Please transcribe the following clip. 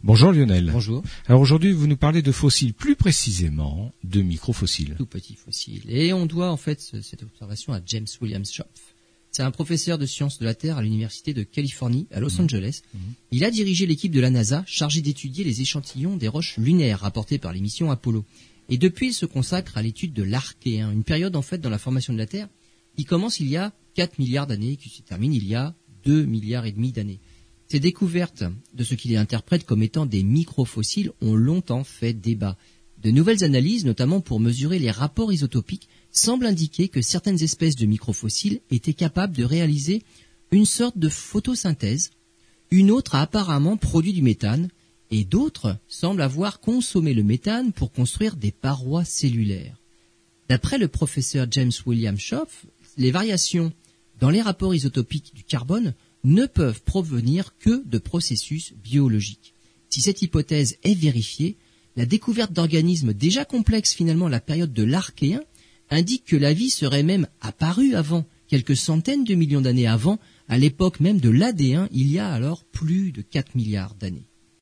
Bonjour Lionel. Bonjour. Alors aujourd'hui, vous nous parlez de fossiles, plus précisément de microfossiles. Tout petits fossiles. Et on doit en fait cette observation à James William Schopf. C'est un professeur de sciences de la Terre à l'Université de Californie, à Los Angeles. Il a dirigé l'équipe de la NASA chargée d'étudier les échantillons des roches lunaires rapportés par les missions Apollo. Et depuis, il se consacre à l'étude de l'Archéen, une période en fait dans la formation de la Terre qui commence il y a 4 milliards d'années et qui se termine il y a 2 milliards et demi d'années. Ces découvertes de ce qu'il interprète comme étant des microfossiles ont longtemps fait débat. De nouvelles analyses, notamment pour mesurer les rapports isotopiques, semblent indiquer que certaines espèces de microfossiles étaient capables de réaliser une sorte de photosynthèse. Une autre a apparemment produit du méthane, et d'autres semblent avoir consommé le méthane pour construire des parois cellulaires. D'après le professeur James William Schopf, les variations dans les rapports isotopiques du carbone ne peuvent provenir que de processus biologiques. Si cette hypothèse est vérifiée, la découverte d'organismes déjà complexes finalement à la période de l'Archéen indique que la vie serait même apparue avant, quelques centaines de millions d'années avant, à l'époque même de l'AD1, il y a alors plus de 4 milliards d'années.